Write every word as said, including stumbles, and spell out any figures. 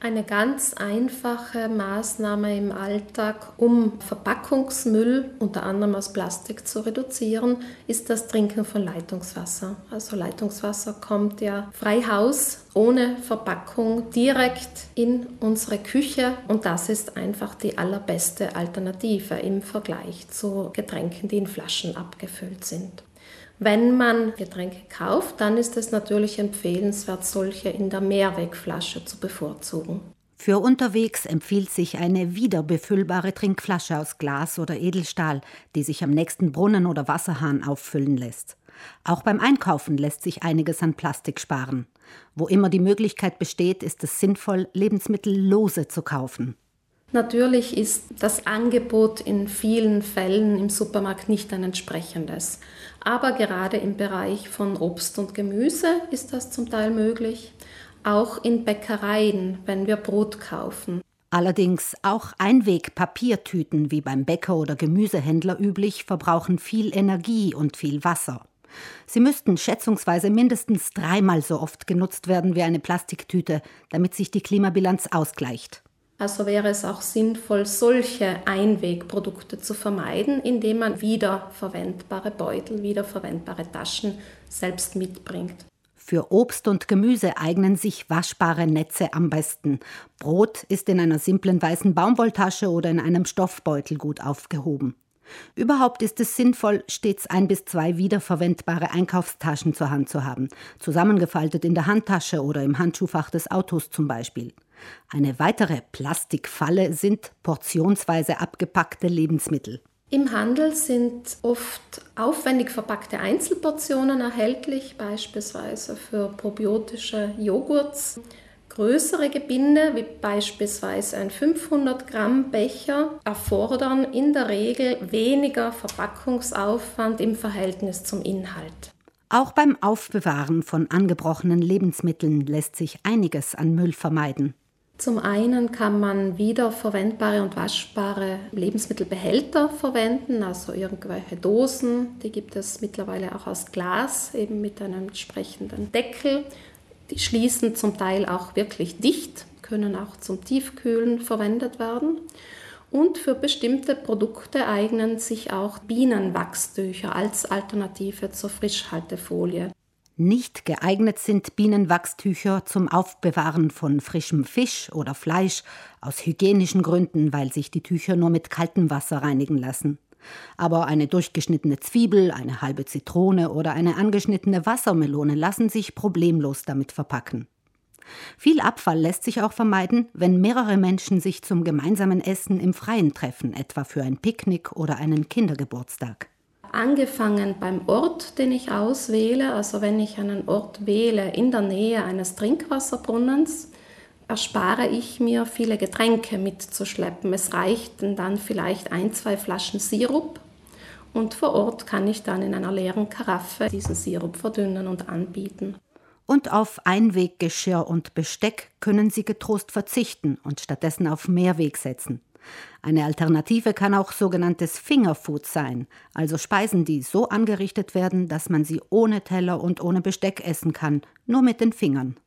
Eine ganz einfache Maßnahme im Alltag, um Verpackungsmüll, unter anderem aus Plastik, zu reduzieren, ist das Trinken von Leitungswasser. Also Leitungswasser kommt ja frei Haus, ohne Verpackung, direkt in unsere Küche und das ist einfach die allerbeste Alternative im Vergleich zu Getränken, die in Flaschen abgefüllt sind. Wenn man Getränke kauft, dann ist es natürlich empfehlenswert, solche in der Mehrwegflasche zu bevorzugen. Für unterwegs empfiehlt sich eine wiederbefüllbare Trinkflasche aus Glas oder Edelstahl, die sich am nächsten Brunnen oder Wasserhahn auffüllen lässt. Auch beim Einkaufen lässt sich einiges an Plastik sparen. Wo immer die Möglichkeit besteht, ist es sinnvoll, Lebensmittel lose zu kaufen. Natürlich ist das Angebot in vielen Fällen im Supermarkt nicht ein entsprechendes. Aber gerade im Bereich von Obst und Gemüse ist das zum Teil möglich. Auch in Bäckereien, wenn wir Brot kaufen. Allerdings auch Einweg-Papiertüten, wie beim Bäcker oder Gemüsehändler üblich, verbrauchen viel Energie und viel Wasser. Sie müssten schätzungsweise mindestens dreimal so oft genutzt werden wie eine Plastiktüte, damit sich die Klimabilanz ausgleicht. Also wäre es auch sinnvoll, solche Einwegprodukte zu vermeiden, indem man wiederverwendbare Beutel, wiederverwendbare Taschen selbst mitbringt. Für Obst und Gemüse eignen sich waschbare Netze am besten. Brot ist in einer simplen weißen Baumwolltasche oder in einem Stoffbeutel gut aufgehoben. Überhaupt ist es sinnvoll, stets ein bis zwei wiederverwendbare Einkaufstaschen zur Hand zu haben, zusammengefaltet in der Handtasche oder im Handschuhfach des Autos zum Beispiel. Eine weitere Plastikfalle sind portionsweise abgepackte Lebensmittel. Im Handel sind oft aufwendig verpackte Einzelportionen erhältlich, beispielsweise für probiotische Joghurts. Größere Gebinde, wie beispielsweise ein fünfhundert Gramm Becher, erfordern in der Regel weniger Verpackungsaufwand im Verhältnis zum Inhalt. Auch beim Aufbewahren von angebrochenen Lebensmitteln lässt sich einiges an Müll vermeiden. Zum einen kann man wiederverwendbare und waschbare Lebensmittelbehälter verwenden, also irgendwelche Dosen, die gibt es mittlerweile auch aus Glas, eben mit einem entsprechenden Deckel. Die schließen zum Teil auch wirklich dicht, können auch zum Tiefkühlen verwendet werden. Und für bestimmte Produkte eignen sich auch Bienenwachstücher als Alternative zur Frischhaltefolie. Nicht geeignet sind Bienenwachstücher zum Aufbewahren von frischem Fisch oder Fleisch, aus hygienischen Gründen, weil sich die Tücher nur mit kaltem Wasser reinigen lassen. Aber eine durchgeschnittene Zwiebel, eine halbe Zitrone oder eine angeschnittene Wassermelone lassen sich problemlos damit verpacken. Viel Abfall lässt sich auch vermeiden, wenn mehrere Menschen sich zum gemeinsamen Essen im Freien treffen, etwa für ein Picknick oder einen Kindergeburtstag. Angefangen beim Ort, den ich auswähle, also wenn ich einen Ort wähle in der Nähe eines Trinkwasserbrunnens, erspare ich mir viele Getränke mitzuschleppen. Es reichten dann vielleicht ein, zwei Flaschen Sirup und vor Ort kann ich dann in einer leeren Karaffe diesen Sirup verdünnen und anbieten. Und auf Einweggeschirr und Besteck können Sie getrost verzichten und stattdessen auf Mehrweg setzen. Eine Alternative kann auch sogenanntes Fingerfood sein, also Speisen, die so angerichtet werden, dass man sie ohne Teller und ohne Besteck essen kann, nur mit den Fingern.